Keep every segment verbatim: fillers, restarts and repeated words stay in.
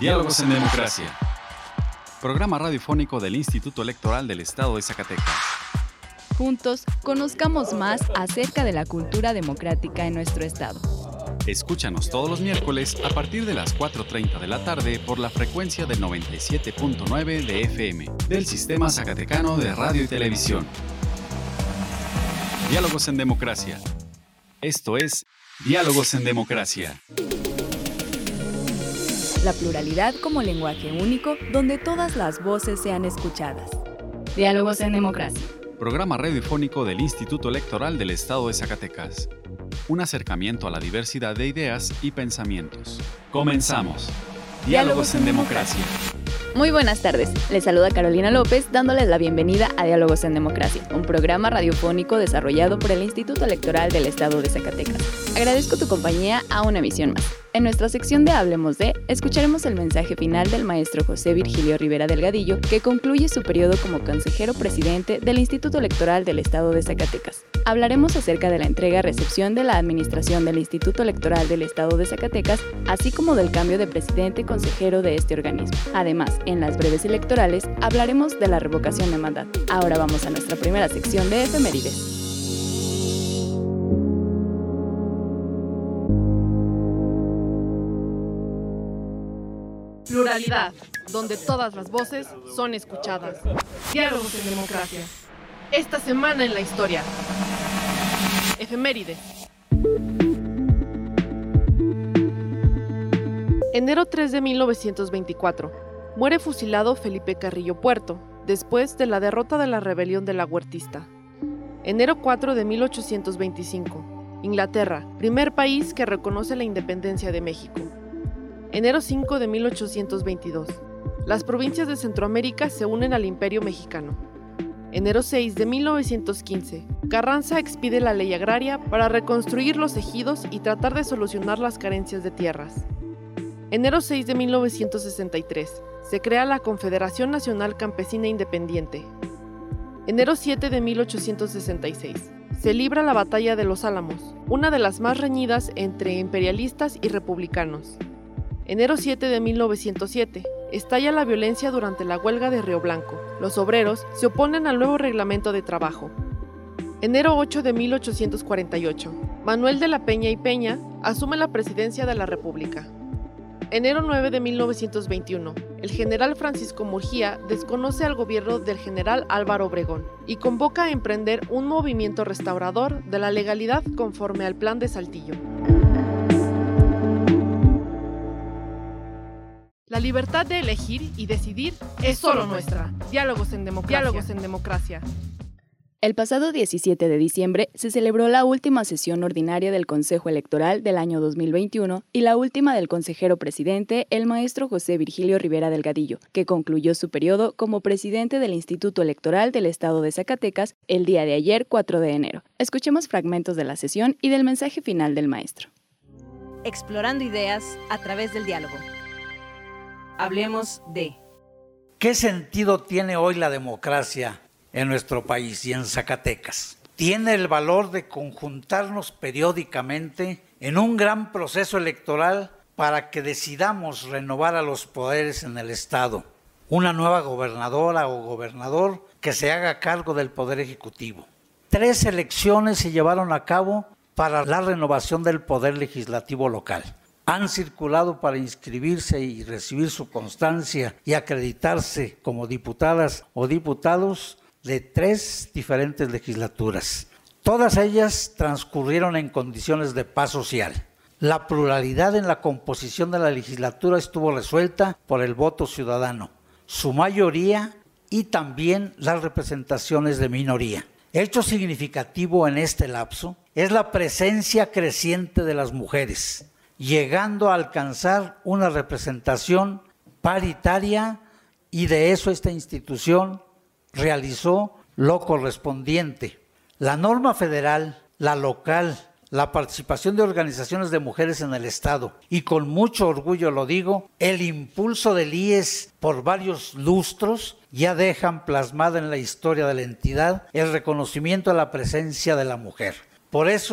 Diálogos en Democracia. Programa radiofónico del Instituto Electoral del Estado de Zacatecas. Juntos, conozcamos más acerca de la cultura democrática en nuestro estado. Escúchanos todos los miércoles a partir de las cuatro treinta de la tarde por la frecuencia del noventa y siete punto nueve de F M del Sistema Zacatecano de Radio y Televisión. Diálogos en Democracia. Esto es Diálogos en Democracia. La pluralidad como lenguaje único donde todas las voces sean escuchadas. Diálogos en Democracia. Programa radiofónico del Instituto Electoral del Estado de Zacatecas. Un acercamiento a la diversidad de ideas y pensamientos. Comenzamos. Diálogos en Democracia. Muy buenas tardes. Les saluda Carolina López dándoles la bienvenida a Diálogos en Democracia, un programa radiofónico desarrollado por el Instituto Electoral del Estado de Zacatecas. Agradezco tu compañía a una emisión más. En nuestra sección de Hablemos de, escucharemos el mensaje final del maestro José Virgilio Rivera Delgadillo, que concluye su periodo como consejero presidente del Instituto Electoral del Estado de Zacatecas. Hablaremos acerca de la entrega-recepción de la administración del Instituto Electoral del Estado de Zacatecas, así como del cambio de presidente consejero de este organismo. Además, en las breves electorales, hablaremos de la revocación de mandato. Ahora vamos a nuestra primera sección de efemérides. Pluralidad, donde todas las voces son escuchadas. Diálogos en Democracia. Esta semana en la historia. Efemérides. Enero tres de mil novecientos veinticuatro. Muere fusilado Felipe Carrillo Puerto, después de la derrota de la rebelión de la Huertista. Enero cuatro de mil ochocientos veinticinco. Inglaterra, primer país que reconoce la independencia de México. Enero cinco de mil ochocientos veintidós. Las provincias de Centroamérica se unen al Imperio Mexicano. Enero seis de mil novecientos quince. Carranza expide la ley agraria para reconstruir los ejidos y tratar de solucionar las carencias de tierras. Enero seis de mil novecientos sesenta y tres. Se crea la Confederación Nacional Campesina Independiente. Enero siete de mil ochocientos sesenta y seis. Se libra la Batalla de los Álamos, una de las más reñidas entre imperialistas y republicanos. Enero siete de mil novecientos siete. Estalla la violencia durante la huelga de Río Blanco. Los obreros se oponen al nuevo reglamento de trabajo. Enero ocho de mil ochocientos cuarenta y ocho. Manuel de la Peña y Peña asume la presidencia de la República. Enero nueve de mil novecientos veintiuno. El general Francisco Murguía desconoce al gobierno del general Álvaro Obregón y convoca a emprender un movimiento restaurador de la legalidad conforme al Plan de Saltillo. La libertad de elegir y decidir es solo nuestra. Diálogos en Democracia. Diálogos en Democracia. El pasado diecisiete de diciembre se celebró la última sesión ordinaria del Consejo Electoral del año dos mil veintiuno y la última del consejero presidente, el maestro José Virgilio Rivera Delgadillo, que concluyó su periodo como presidente del Instituto Electoral del Estado de Zacatecas el día de ayer, cuatro de enero. Escuchemos fragmentos de la sesión y del mensaje final del maestro. Explorando ideas a través del diálogo. Hablemos de... ¿Qué sentido tiene hoy la democracia en nuestro país y en Zacatecas? Tiene el valor de conjuntarnos periódicamente en un gran proceso electoral para que decidamos renovar a los poderes en el Estado. Una nueva gobernadora o gobernador que se haga cargo del Poder Ejecutivo. Tres elecciones se llevaron a cabo para la renovación del Poder Legislativo local. Han circulado para inscribirse y recibir su constancia y acreditarse como diputadas o diputados de tres diferentes legislaturas. Todas ellas transcurrieron en condiciones de paz social. La pluralidad en la composición de la legislatura estuvo resuelta por el voto ciudadano, su mayoría y también las representaciones de minoría. Hecho significativo en este lapso es la presencia creciente de las mujeres, llegando a alcanzar una representación paritaria, y de eso esta institución realizó lo correspondiente. La norma federal, la local, la participación de organizaciones de mujeres en el Estado, y con mucho orgullo lo digo, el impulso del I E S por varios lustros ya dejan plasmada en la historia de la entidad el reconocimiento a la presencia de la mujer. Por eso,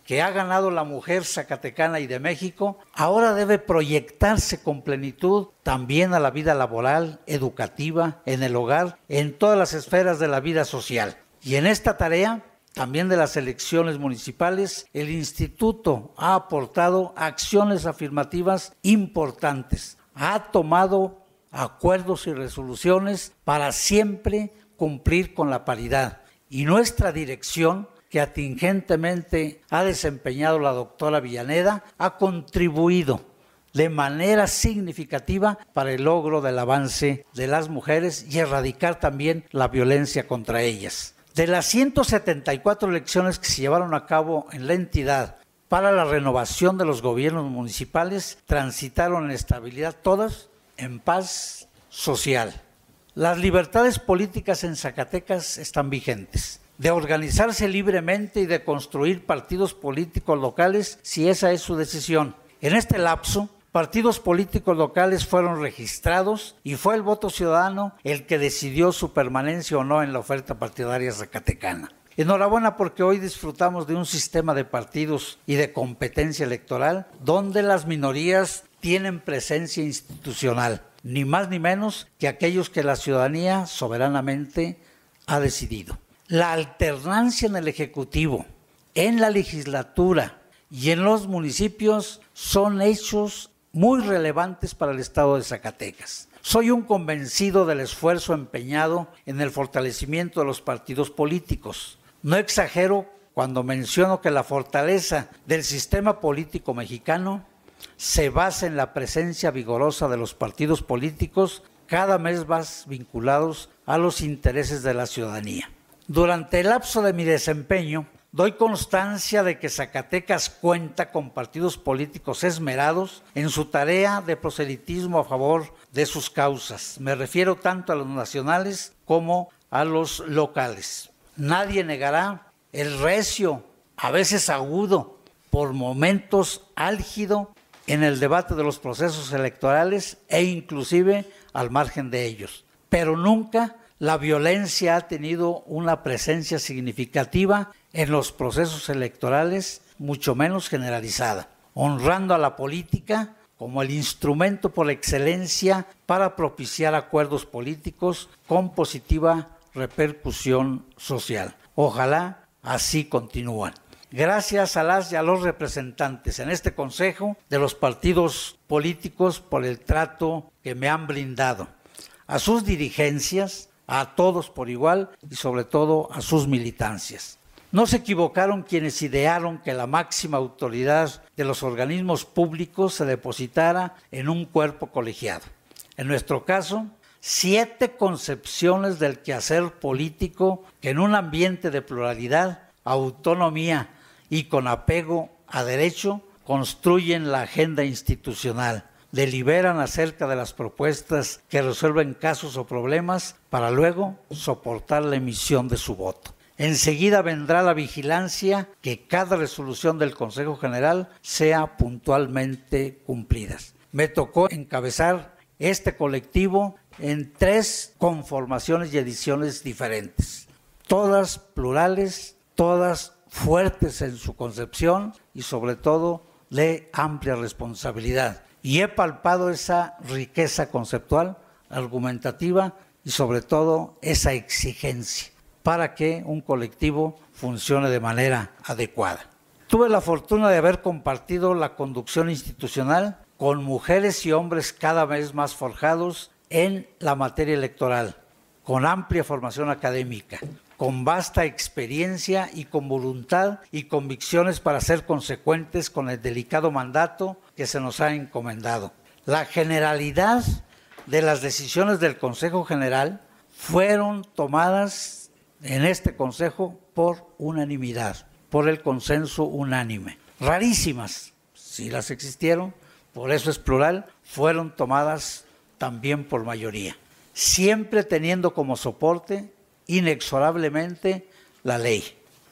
que ha ganado la mujer zacatecana y de México, ahora debe proyectarse con plenitud también a la vida laboral, educativa, en el hogar, en todas las esferas de la vida social. Y en esta tarea, también de las elecciones municipales, el Instituto ha aportado acciones afirmativas importantes, ha tomado acuerdos y resoluciones para siempre cumplir con la paridad. Y nuestra dirección, que atingentemente ha desempeñado la doctora Villaneda, ha contribuido de manera significativa para el logro del avance de las mujeres y erradicar también la violencia contra ellas. De las ciento setenta y cuatro elecciones que se llevaron a cabo en la entidad para la renovación de los gobiernos municipales, transitaron en estabilidad todas en paz social. Las libertades políticas en Zacatecas están vigentes, de organizarse libremente y de construir partidos políticos locales si esa es su decisión. En este lapso, partidos políticos locales fueron registrados y fue el voto ciudadano el que decidió su permanencia o no en la oferta partidaria zacatecana. Enhorabuena, porque hoy disfrutamos de un sistema de partidos y de competencia electoral donde las minorías tienen presencia institucional, ni más ni menos que aquellos que la ciudadanía soberanamente ha decidido. La alternancia en el Ejecutivo, en la legislatura y en los municipios son hechos muy relevantes para el Estado de Zacatecas. Soy un convencido del esfuerzo empeñado en el fortalecimiento de los partidos políticos. No exagero cuando menciono que la fortaleza del sistema político mexicano se basa en la presencia vigorosa de los partidos políticos cada vez más vinculados a los intereses de la ciudadanía. Durante el lapso de mi desempeño, doy constancia de que Zacatecas cuenta con partidos políticos esmerados en su tarea de proselitismo a favor de sus causas. Me refiero tanto a los nacionales como a los locales. Nadie negará el recio, a veces agudo, por momentos álgido en el debate de los procesos electorales e inclusive al margen de ellos. Pero nunca la violencia ha tenido una presencia significativa en los procesos electorales, mucho menos generalizada, honrando a la política como el instrumento por excelencia para propiciar acuerdos políticos con positiva repercusión social. Ojalá así continúen. Gracias a las y a los representantes en este Consejo de los partidos políticos por el trato que me han brindado, a sus dirigencias, a todos por igual y sobre todo a sus militancias. No se equivocaron quienes idearon que la máxima autoridad de los organismos públicos se depositara en un cuerpo colegiado. En nuestro caso, siete concepciones del quehacer político que en un ambiente de pluralidad, autonomía y con apego a derecho construyen la agenda institucional. Deliberan acerca de las propuestas que resuelven casos o problemas para luego soportar la emisión de su voto. Enseguida vendrá la vigilancia que cada resolución del Consejo General sea puntualmente cumplida. Me tocó encabezar este colectivo en tres conformaciones y ediciones diferentes, todas plurales, todas fuertes en su concepción y sobre todo de amplia responsabilidad. Y he palpado esa riqueza conceptual, argumentativa y sobre todo esa exigencia para que un colectivo funcione de manera adecuada. Tuve la fortuna de haber compartido la conducción institucional con mujeres y hombres cada vez más forjados en la materia electoral, con amplia formación académica, con vasta experiencia y con voluntad y convicciones para ser consecuentes con el delicado mandato que se nos ha encomendado. La generalidad de las decisiones del Consejo General fueron tomadas en este Consejo por unanimidad, por el consenso unánime. Rarísimas, si las existieron, por eso es plural, fueron tomadas también por mayoría, siempre teniendo como soporte inexorablemente la ley.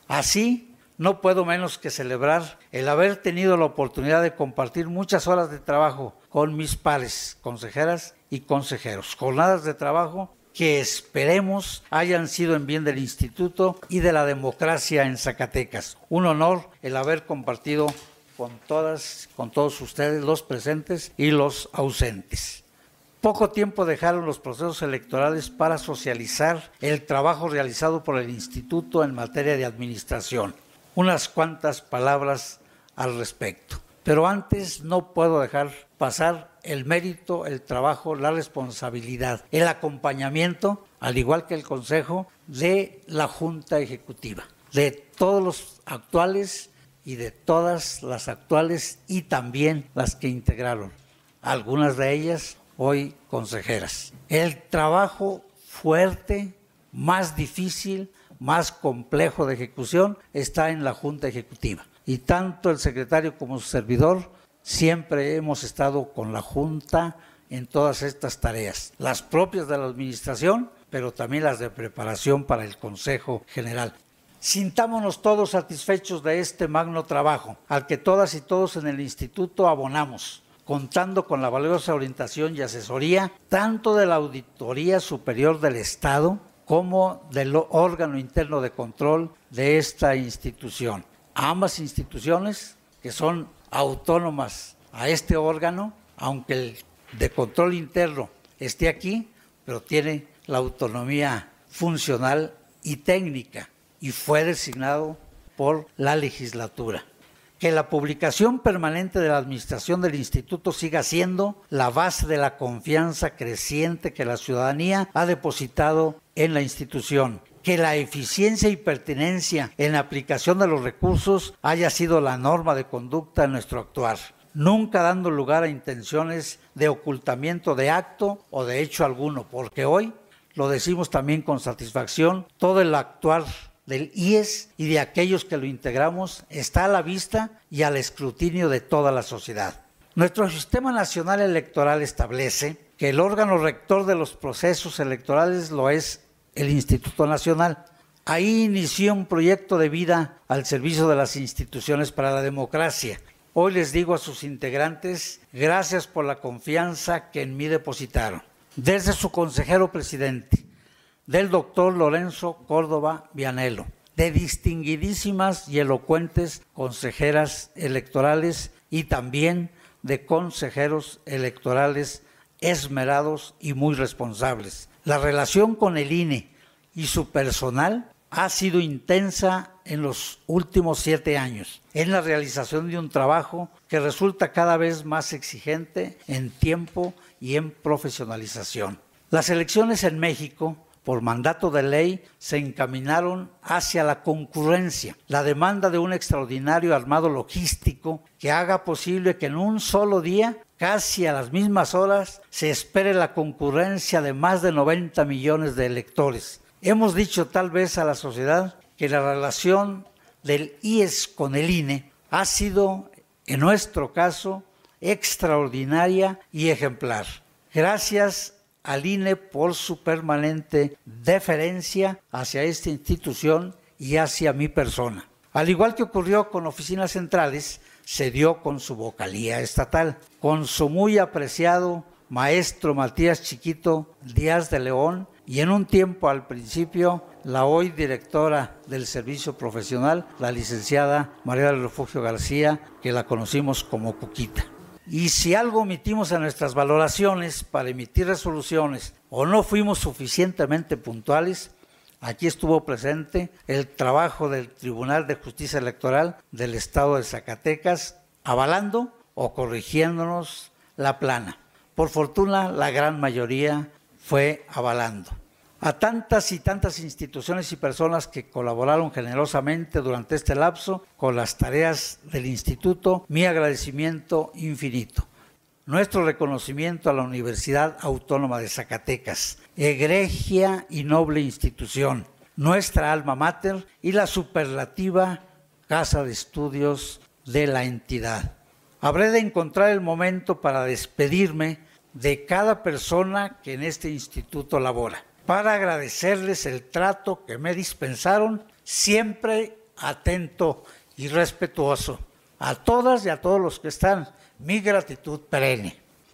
Así, no puedo menos que celebrar el haber tenido la oportunidad de compartir muchas horas de trabajo con mis pares, consejeras y consejeros. Jornadas de trabajo que esperemos hayan sido en bien del Instituto y de la democracia en Zacatecas. Un honor el haber compartido con todas, con todos ustedes, los presentes y los ausentes. Poco tiempo dejaron los procesos electorales para socializar el trabajo realizado por el Instituto en materia de administración. Unas cuantas palabras al respecto. Pero antes no puedo dejar pasar el mérito, el trabajo, la responsabilidad, el acompañamiento, al igual que el consejo, de la Junta Ejecutiva, de todos los actuales y de todas las actuales y también las que integraron, algunas de ellas hoy consejeras. El trabajo fuerte, más difícil, más complejo de ejecución está en la Junta Ejecutiva. Y tanto el secretario como su servidor siempre hemos estado con la Junta en todas estas tareas, las propias de la administración, pero también las de preparación para el Consejo General. Sintámonos todos satisfechos de este magno trabajo, al que todas y todos en el Instituto abonamos, contando con la valiosa orientación y asesoría tanto de la Auditoría Superior del Estado como del órgano interno de control de esta institución. Ambas instituciones que son autónomas a este órgano, aunque el de control interno esté aquí, pero tiene la autonomía funcional y técnica y fue designado por la legislatura. Que la publicación permanente de la administración del Instituto siga siendo la base de la confianza creciente que la ciudadanía ha depositado en la institución. Que la eficiencia y pertinencia en la aplicación de los recursos haya sido la norma de conducta en nuestro actuar, nunca dando lugar a intenciones de ocultamiento de acto o de hecho alguno, porque hoy, lo decimos también con satisfacción, todo el actuar del I E S y de aquellos que lo integramos está a la vista y al escrutinio de toda la sociedad. Nuestro Sistema Nacional Electoral establece que el órgano rector de los procesos electorales lo es el Instituto Nacional. Ahí inició un proyecto de vida al servicio de las instituciones para la democracia. Hoy les digo a sus integrantes, gracias por la confianza que en mí depositaron. Desde su consejero presidente, del doctor Lorenzo Córdoba Vianello, de distinguidísimas y elocuentes consejeras electorales y también de consejeros electorales esmerados y muy responsables. La relación con el I N E y su personal ha sido intensa en los últimos siete años, en la realización de un trabajo que resulta cada vez más exigente en tiempo y en profesionalización. Las elecciones en México, por mandato de ley, se encaminaron hacia la concurrencia, la demanda de un extraordinario armado logístico que haga posible que en un solo día, casi a las mismas horas, se espere la concurrencia de más de noventa millones de electores. Hemos dicho tal vez a la sociedad que la relación del I E S con el I N E ha sido, en nuestro caso, extraordinaria y ejemplar. Gracias al I N E por su permanente deferencia hacia esta institución y hacia mi persona. Al igual que ocurrió con oficinas centrales, se dio con su vocalía estatal, con su muy apreciado maestro Matías Chiquito Díaz de León y en un tiempo al principio la hoy directora del servicio profesional, la licenciada María del Refugio García, que la conocimos como Cuquita. Y si algo omitimos en nuestras valoraciones para emitir resoluciones o no fuimos suficientemente puntuales, aquí estuvo presente el trabajo del Tribunal de Justicia Electoral del Estado de Zacatecas, avalando o corrigiéndonos la plana. Por fortuna, la gran mayoría fue avalando. A tantas y tantas instituciones y personas que colaboraron generosamente durante este lapso con las tareas del Instituto, mi agradecimiento infinito. Nuestro reconocimiento a la Universidad Autónoma de Zacatecas, egregia y noble institución, nuestra alma mater y la superlativa casa de estudios de la entidad. Habré de encontrar el momento para despedirme de cada persona que en este instituto labora, para agradecerles el trato que me dispensaron, siempre atento y respetuoso. A todas y a todos los que están, mi gratitud perenne.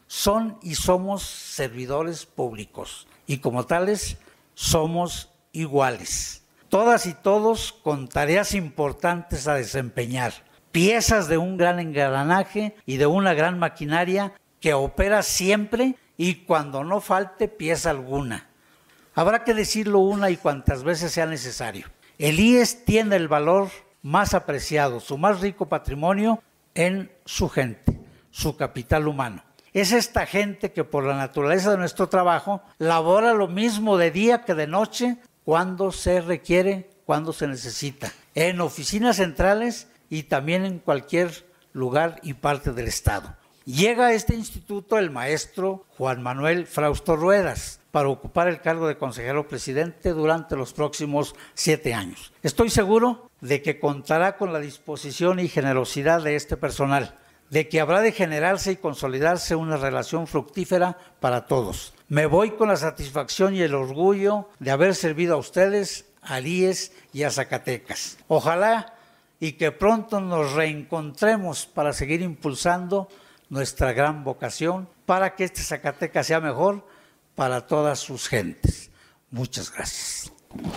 son y somos servidores públicos y como tales somos iguales. Todas y todos con tareas importantes a desempeñar, piezas de un gran engranaje y de una gran maquinaria que opera siempre y cuando no falte pieza alguna. Habrá que decirlo una y cuantas veces sea necesario. El I E S tiene el valor más apreciado, su más rico patrimonio en su gente, su capital humano. Es esta gente que por la naturaleza de nuestro trabajo labora lo mismo de día que de noche cuando se requiere, cuando se necesita, en oficinas centrales y también en cualquier lugar y parte del Estado. Llega a este instituto el maestro Juan Manuel Frausto Ruedas para ocupar el cargo de consejero presidente durante los próximos siete años. Estoy seguro de que contará con la disposición y generosidad de este personal, de que habrá de generarse y consolidarse una relación fructífera para todos. Me voy con la satisfacción y el orgullo de haber servido a ustedes, al I E S y a Zacatecas. Ojalá y que pronto nos reencontremos para seguir impulsando nuestra gran vocación para que este Zacatecas sea mejor para todas sus gentes. Muchas gracias.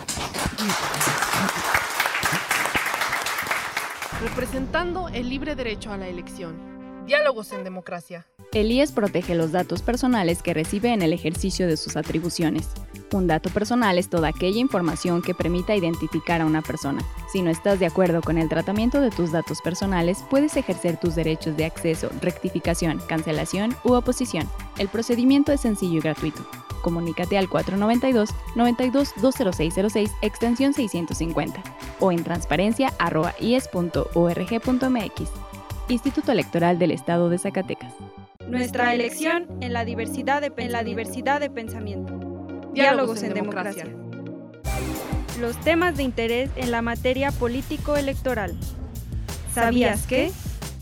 Representando el libre derecho a la elección. Diálogos en democracia. El I E S protege los datos personales que recibe en el ejercicio de sus atribuciones. Un dato personal es toda aquella información que permita identificar a una persona. Si no estás de acuerdo con el tratamiento de tus datos personales, puedes ejercer tus derechos de acceso, rectificación, cancelación u oposición. El procedimiento es sencillo y gratuito. Comunícate al cuatro nueve dos, nueve dos, dos cero seis cero seis, extensión seiscientos cincuenta o en transparencia arroba i e s punto org punto m x. Instituto Electoral del Estado de Zacatecas. Nuestra elección en la diversidad de, en la diversidad de pensamiento. Diálogos, Diálogos en, en democracia. democracia. Los temas de interés en la materia político-electoral. ¿Sabías que?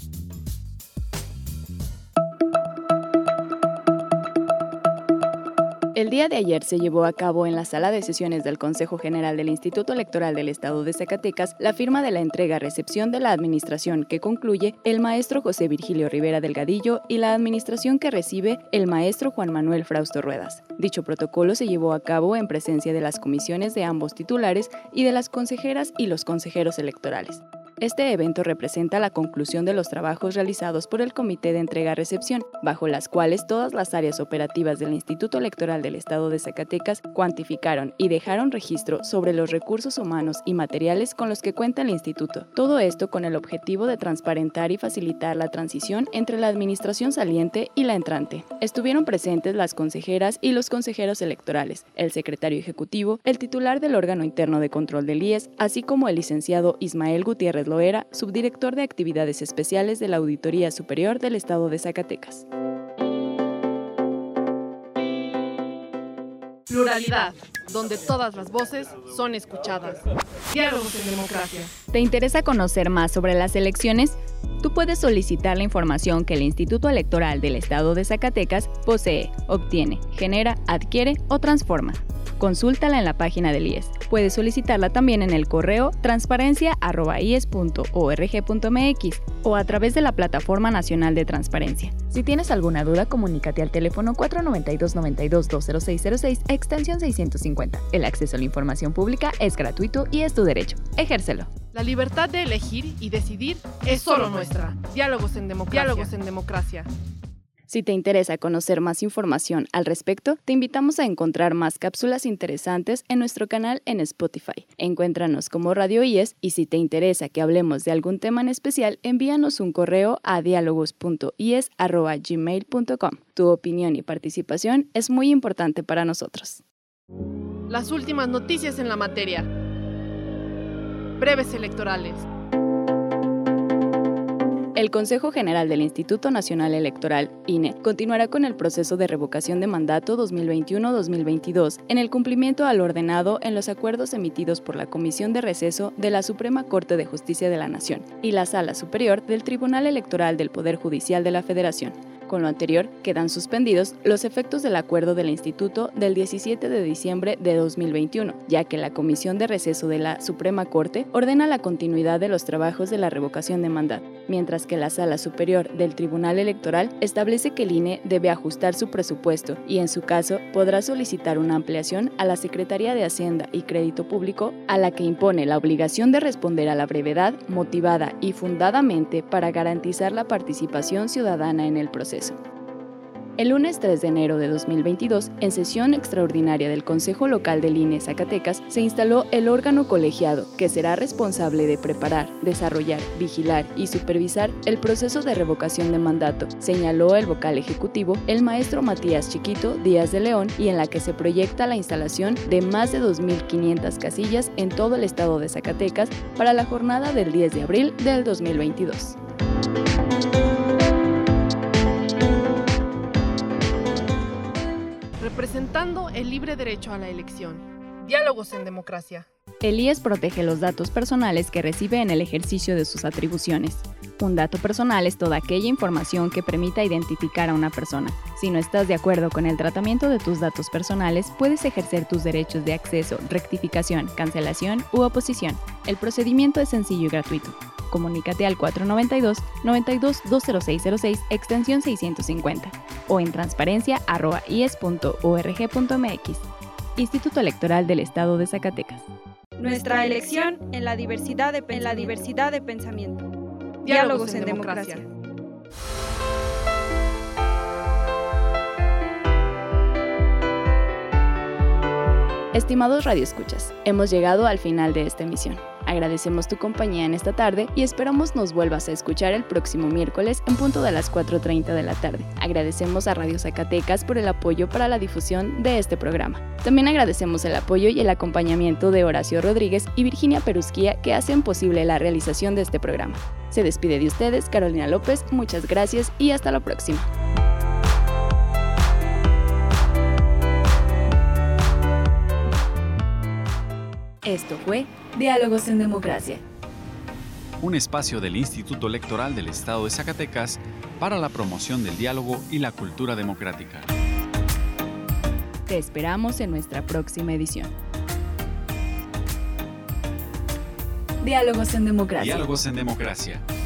El día de ayer se llevó a cabo en la sala de sesiones del Consejo General del Instituto Electoral del Estado de Zacatecas la firma de la entrega-recepción de la administración que concluye el maestro José Virgilio Rivera Delgadillo y la administración que recibe el maestro Juan Manuel Frausto Ruedas. Dicho protocolo se llevó a cabo en presencia de las comisiones de ambos titulares y de las consejeras y los consejeros electorales. Este evento representa la conclusión de los trabajos realizados por el Comité de Entrega-Recepción, bajo las cuales todas las áreas operativas del Instituto Electoral del Estado de Zacatecas cuantificaron y dejaron registro sobre los recursos humanos y materiales con los que cuenta el instituto. Todo esto con el objetivo de transparentar y facilitar la transición entre la administración saliente y la entrante. Estuvieron presentes las consejeras y los consejeros electorales, el secretario ejecutivo, el titular del órgano interno de control del I E S, así como el licenciado Ismael Gutiérrez Loera, subdirector de Actividades Especiales de la Auditoría Superior del Estado de Zacatecas. Pluralidad, donde todas las voces son escuchadas. Diálogos en democracia. ¿Te interesa conocer más sobre las elecciones? Tú puedes solicitar la información que el Instituto Electoral del Estado de Zacatecas posee, obtiene, genera, adquiere o transforma. Consúltala en la página del I E S. Puedes solicitarla también en el correo transparencia arroba i e s punto org punto m x o a través de la Plataforma Nacional de Transparencia. Si tienes alguna duda, comunícate al teléfono cuatro nueve dos, nueve dos, dos cero seis cero seis, extensión seiscientos cincuenta. El acceso a la información pública es gratuito y es tu derecho. Ejércelo. La libertad de elegir y decidir es solo nuestra. Diálogos en democracia. Diálogos en democracia. Si te interesa conocer más información al respecto, te invitamos a encontrar más cápsulas interesantes en nuestro canal en Spotify. Encuéntranos como Radio I E S y si te interesa que hablemos de algún tema en especial, envíanos un correo a diálogos punto i e s arroba gmail punto com. Tu opinión y participación es muy importante para nosotros. Las últimas noticias en la materia. Breves electorales. El Consejo General del Instituto Nacional Electoral, I N E, continuará con el proceso de revocación de mandato dos mil veintiuno dos mil veintidós en el cumplimiento al ordenado en los acuerdos emitidos por la Comisión de Receso de la Suprema Corte de Justicia de la Nación y la Sala Superior del Tribunal Electoral del Poder Judicial de la Federación. Con lo anterior, quedan suspendidos los efectos del acuerdo del Instituto del diecisiete de diciembre de dos mil veintiuno, ya que la Comisión de Receso de la Suprema Corte ordena la continuidad de los trabajos de la revocación de mandato, mientras que la Sala Superior del Tribunal Electoral establece que el I N E debe ajustar su presupuesto y, en su caso, podrá solicitar una ampliación a la Secretaría de Hacienda y Crédito Público, a la que impone la obligación de responder a la brevedad, motivada y fundadamente para garantizar la participación ciudadana en el proceso. El lunes tres de enero de dos mil veintidós, en sesión extraordinaria del Consejo Local del I N E Zacatecas, se instaló el órgano colegiado que será responsable de preparar, desarrollar, vigilar y supervisar el proceso de revocación de mandato, señaló el vocal ejecutivo, el maestro Matías Chiquito Díaz de León, y en la que se proyecta la instalación de más de dos mil quinientas casillas en todo el estado de Zacatecas para la jornada del diez de abril del dos mil veintidós. Representando el libre derecho a la elección. Diálogos en democracia. El I E S protege los datos personales que recibe en el ejercicio de sus atribuciones. Un dato personal es toda aquella información que permita identificar a una persona. Si no estás de acuerdo con el tratamiento de tus datos personales, puedes ejercer tus derechos de acceso, rectificación, cancelación u oposición. El procedimiento es sencillo y gratuito. Comunícate al cuatro nueve dos, nueve dos, dos cero seis cero seis, extensión seiscientos cincuenta, o en transparencia arroba i e s punto org punto m x. Instituto Electoral del Estado de Zacatecas. Nuestra elección en la diversidad de, en la diversidad de pensamiento. Diálogos, Diálogos en, en democracia. democracia. Estimados radioescuchas, hemos llegado al final de esta emisión. Agradecemos tu compañía en esta tarde y esperamos nos vuelvas a escuchar el próximo miércoles en punto de las cuatro treinta de la tarde. Agradecemos a Radio Zacatecas por el apoyo para la difusión de este programa. También agradecemos el apoyo y el acompañamiento de Horacio Rodríguez y Virginia Perusquía, que hacen posible la realización de este programa. Se despide de ustedes Carolina López, muchas gracias y hasta la próxima. Esto fue Diálogos en Democracia, un espacio del Instituto Electoral del Estado de Zacatecas para la promoción del diálogo y la cultura democrática. Te esperamos en nuestra próxima edición. Diálogos en Democracia. Diálogos en Democracia.